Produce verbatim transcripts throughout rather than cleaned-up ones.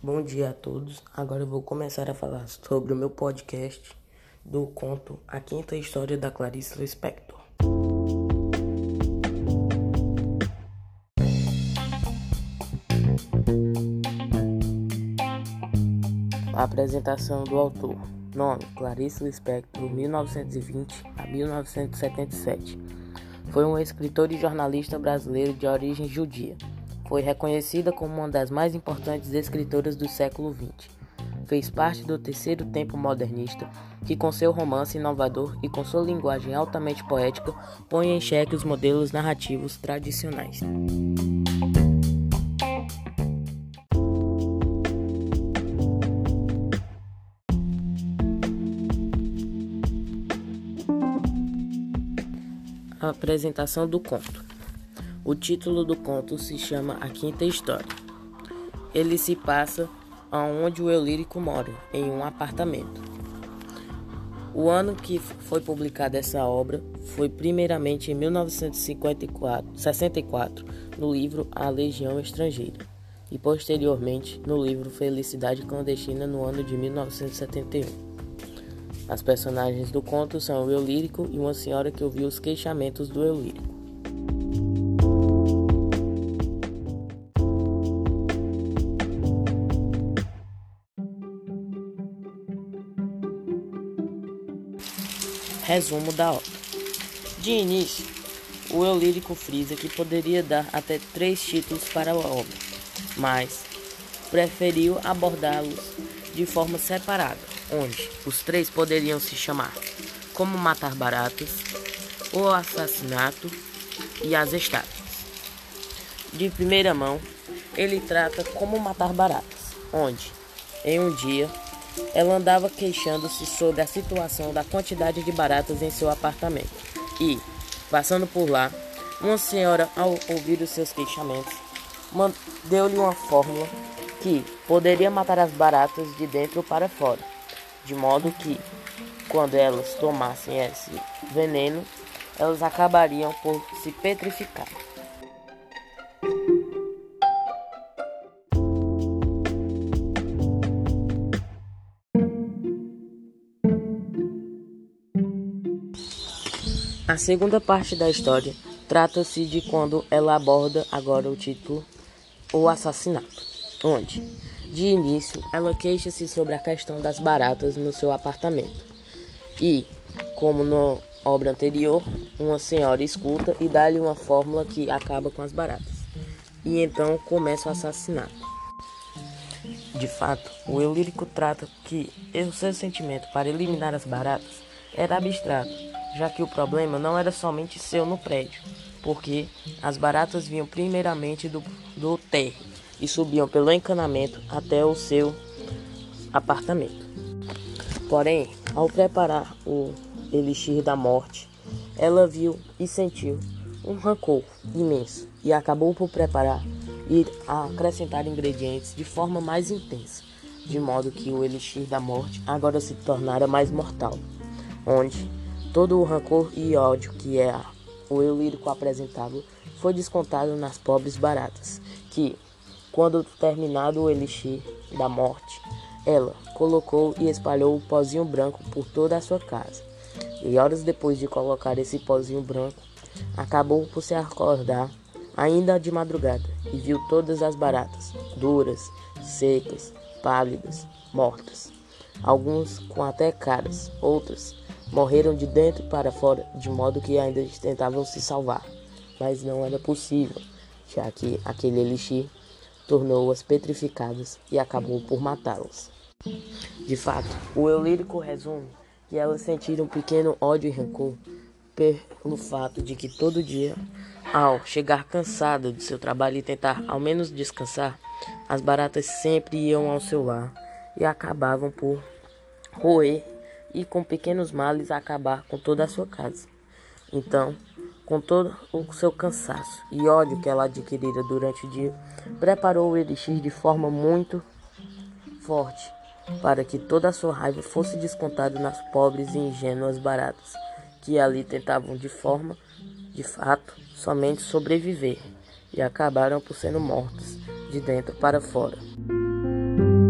Bom dia a todos. Agora eu vou começar a falar sobre o meu podcast do conto A Quinta História da Clarice Lispector. A apresentação do autor. Nome: Clarice Lispector, mil novecentos e vinte a mil novecentos e setenta e sete. Foi um escritor e jornalista brasileiro de origem judia. Foi reconhecida como uma das mais importantes escritoras do século vinte. Fez parte do terceiro tempo modernista, que com seu romance inovador e com sua linguagem altamente poética, põe em xeque os modelos narrativos tradicionais. A apresentação do conto. O título do conto se chama A Quinta História. Ele se passa aonde o eu lírico mora, em um apartamento. O ano que foi publicada essa obra foi primeiramente em mil novecentos e sessenta e quatro, no livro A Legião Estrangeira, e posteriormente no livro Felicidade Clandestina, no ano de mil novecentos e setenta e um. As personagens do conto são o eu lírico e uma senhora que ouviu os queixamentos do eu lírico. Resumo da obra. De início, o eu lírico frisa que poderia dar até três títulos para a obra, mas preferiu abordá-los de forma separada, onde os três poderiam se chamar Como Matar Baratas, O Assassinato e As Estátuas. De primeira mão, ele trata Como Matar Baratas, onde, em um dia, ela andava queixando-se sobre a situação da quantidade de baratas em seu apartamento e, passando por lá, uma senhora, ao ouvir os seus queixamentos, deu-lhe uma fórmula que poderia matar as baratas de dentro para fora, de modo que, quando elas tomassem esse veneno, elas acabariam por se petrificar. A segunda parte da história trata-se de quando ela aborda agora o título O Assassinato, onde, de início, ela queixa-se sobre a questão das baratas no seu apartamento. E, como na obra anterior, uma senhora escuta e dá-lhe uma fórmula que acaba com as baratas. E então começa o assassinato. De fato, o eu lírico trata que o seu sentimento para eliminar as baratas era abstrato, já que o problema não era somente seu no prédio, porque as baratas vinham primeiramente do, do térreo e subiam pelo encanamento até o seu apartamento. Porém, ao preparar o elixir da morte, ela viu e sentiu um rancor imenso e acabou por preparar e acrescentar ingredientes de forma mais intensa, de modo que o elixir da morte agora se tornara mais mortal, onde todo o rancor e ódio que é o eu lírico apresentável foi descontado nas pobres baratas, que, quando terminado o elixir da morte, ela colocou e espalhou o pozinho branco por toda a sua casa. E horas depois de colocar esse pozinho branco, acabou por se acordar, ainda de madrugada, e viu todas as baratas, duras, secas, pálidas, mortas. Alguns com até caras, outras morreram de dentro para fora, de modo que ainda tentavam se salvar, mas não era possível, já que aquele elixir tornou-as petrificadas e acabou por matá-las. De fato, o eu lírico resume que elas sentiram um pequeno ódio e rancor pelo fato de que todo dia, ao chegar cansada do seu trabalho e tentar ao menos descansar, as baratas sempre iam ao seu lar e acabavam por roer e com pequenos males acabar com toda a sua casa. Então, com todo o seu cansaço e ódio que ela adquirira durante o dia, preparou o elixir de forma muito forte, para que toda a sua raiva fosse descontada nas pobres e ingênuas baratas, que ali tentavam de forma, de fato, somente sobreviver, e acabaram por sendo mortas de dentro para fora.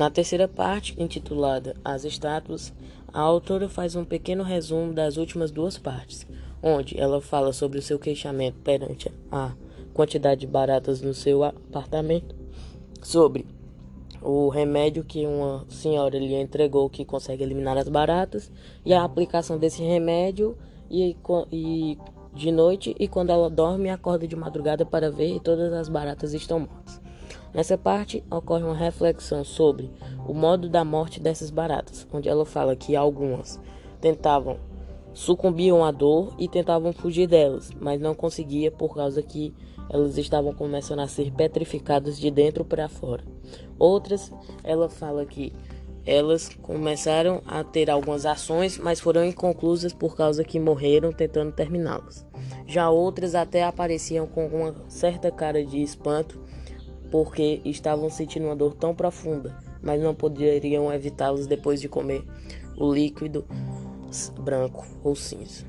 Na terceira parte, intitulada As Estátuas, a autora faz um pequeno resumo das últimas duas partes, onde ela fala sobre o seu queixamento perante a quantidade de baratas no seu apartamento, sobre o remédio que uma senhora lhe entregou que consegue eliminar as baratas, e a aplicação desse remédio e, e de noite, e quando ela dorme acorda de madrugada para ver e todas as baratas estão mortas. Nessa parte ocorre uma reflexão sobre o modo da morte dessas baratas, onde ela fala que algumas tentavam sucumbiam à dor e tentavam fugir delas, mas não conseguia por causa que elas estavam começando a ser petrificadas de dentro para fora. Outras, ela fala que elas começaram a ter algumas ações, mas foram inconclusas por causa que morreram tentando terminá-las. Já outras até apareciam com uma certa cara de espanto, porque estavam sentindo uma dor tão profunda, mas não poderiam evitá-las depois de comer o líquido branco ou cinza.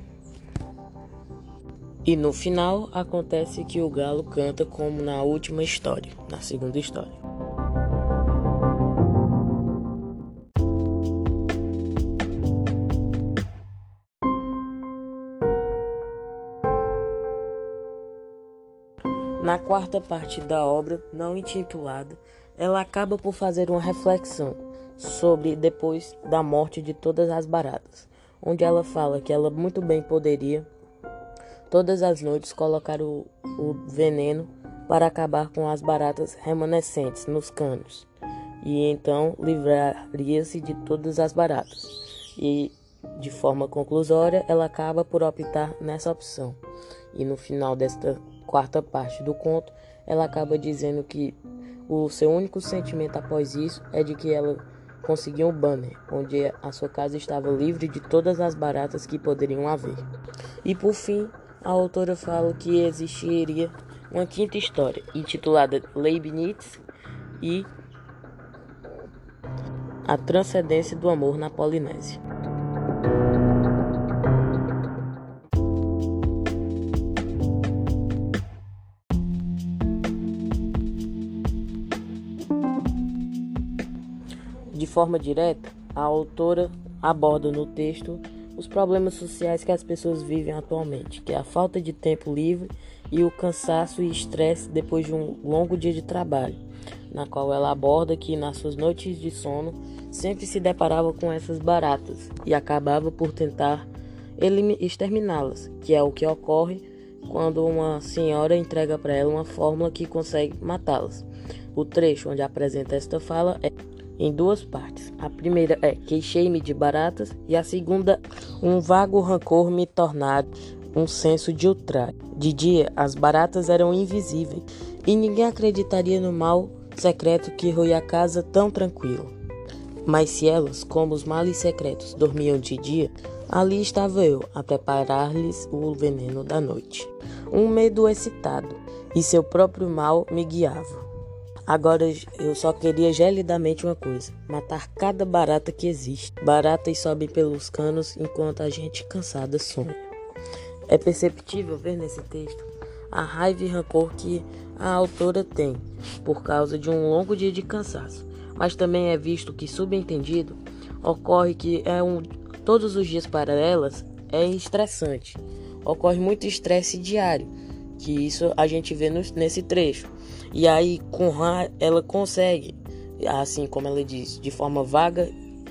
E no final acontece que o galo canta como na última história, na segunda história. Na quarta parte da obra, não intitulada, ela acaba por fazer uma reflexão sobre depois da morte de todas as baratas, onde ela fala que ela muito bem poderia, todas as noites, colocar o, o veneno para acabar com as baratas remanescentes nos canos, e então livraria-se de todas as baratas. E, de forma conclusória, ela acaba por optar nessa opção. E no final desta quarta parte do conto, ela acaba dizendo que o seu único sentimento após isso é de que ela conseguiu um banner, onde a sua casa estava livre de todas as baratas que poderiam haver. E por fim, a autora fala que existiria uma quinta história, intitulada Leibniz e a transcendência do amor na Polinésia. De forma direta, a autora aborda no texto os problemas sociais que as pessoas vivem atualmente, que é a falta de tempo livre e o cansaço e estresse depois de um longo dia de trabalho, na qual ela aborda que nas suas noites de sono sempre se deparava com essas baratas e acabava por tentar exterminá-las, que é o que ocorre quando uma senhora entrega para ela uma fórmula que consegue matá-las. O trecho onde apresenta esta fala é em duas partes. A primeira é queixei-me de baratas e a segunda, um vago rancor me tornado um senso de ultraje. De dia, as baratas eram invisíveis e ninguém acreditaria no mal secreto que roía a casa tão tranquila. Mas se elas, como os males secretos, dormiam de dia, ali estava eu a preparar-lhes o veneno da noite. Um medo excitado e seu próprio mal me guiava. Agora eu só queria gelidamente uma coisa: matar cada barata que existe. Baratas sobem pelos canos enquanto a gente cansada sonha. É perceptível ver nesse texto a raiva e rancor que a autora tem por causa de um longo dia de cansaço. Mas também é visto que, subentendido, ocorre que é um, todos os dias para elas é estressante. Ocorre muito estresse diário, que isso a gente vê no, nesse trecho. E aí, com Ra, ela consegue, assim como ela diz, de forma vaga,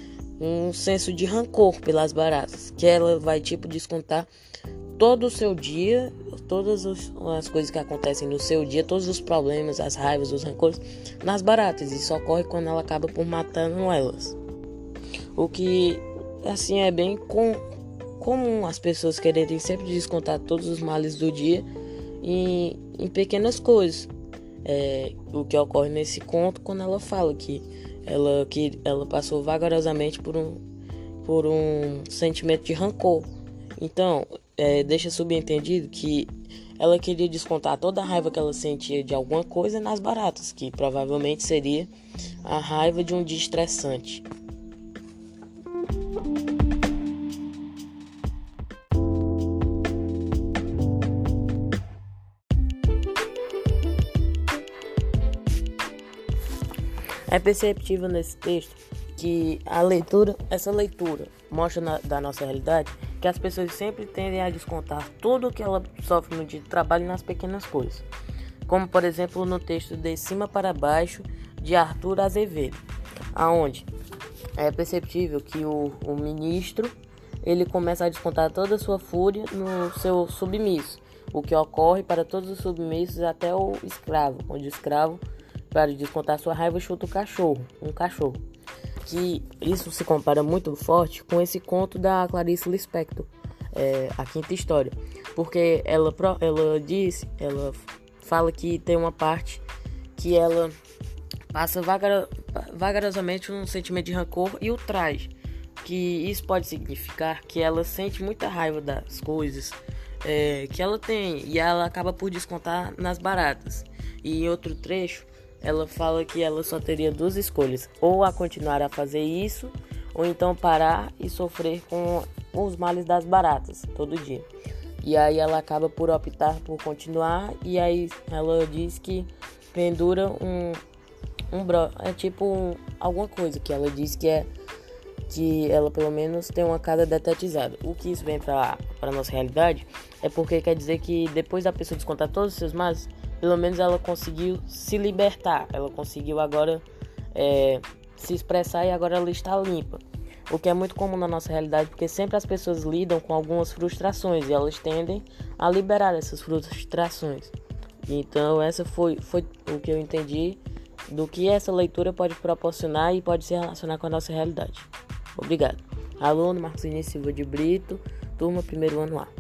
um senso de rancor pelas baratas, que ela vai, tipo, descontar todo o seu dia, todas as coisas que acontecem no seu dia, todos os problemas, as raivas, os rancores, nas baratas. Isso ocorre quando ela acaba por matando elas. O que, assim, é bem com, comum as pessoas quererem sempre descontar todos os males do dia em, em pequenas coisas. É, o que ocorre nesse conto quando ela fala que ela, que ela passou vagarosamente por um, por um sentimento de rancor. Então, é, deixa subentendido que ela queria descontar toda a raiva que ela sentia de alguma coisa nas baratas, que provavelmente seria a raiva de um dia estressante. É perceptível nesse texto que a leitura, essa leitura mostra na, da nossa realidade que as pessoas sempre tendem a descontar tudo que ela sofre no dia de trabalho nas pequenas coisas, como por exemplo no texto De Cima para Baixo de Arthur Azevedo, aonde é perceptível que o, o ministro ele começa a descontar toda a sua fúria no seu submisso, o que ocorre para todos os submissos até o escravo, onde o escravo, para descontar sua raiva, chuta o cachorro, um cachorro. Que isso se compara muito forte com esse conto da Clarice Lispector, é, A Quinta História, porque ela, ela diz, ela fala que tem uma parte que ela passa vagar, vagarosamente um sentimento de rancor e o traz, que isso pode significar que ela sente muita raiva das coisas é, que ela tem e ela acaba por descontar nas baratas. E em outro trecho ela fala que ela só teria duas escolhas, ou a continuar a fazer isso, ou então parar e sofrer com os males das baratas todo dia. E aí ela acaba por optar por continuar, e aí ela diz que pendura um, um bro, é tipo um, alguma coisa que ela diz que é que ela pelo menos tem uma casa detetizada. O que isso vem para a nossa realidade é porque quer dizer que depois da pessoa descontar todos os seus males, pelo menos ela conseguiu se libertar, ela conseguiu agora é, se expressar e agora ela está limpa. O que é muito comum na nossa realidade, porque sempre as pessoas lidam com algumas frustrações e elas tendem a liberar essas frustrações. Então essa foi, foi o que eu entendi do que essa leitura pode proporcionar e pode se relacionar com a nossa realidade. Obrigado. Aluno Marcos Vinícius Silva de Brito, turma primeiro ano A.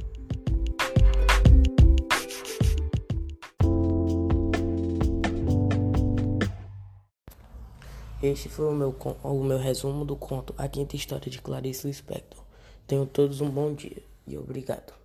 Este foi o meu, o meu resumo do conto A Quinta História de Clarice Lispector. Tenham todos um bom dia e obrigado.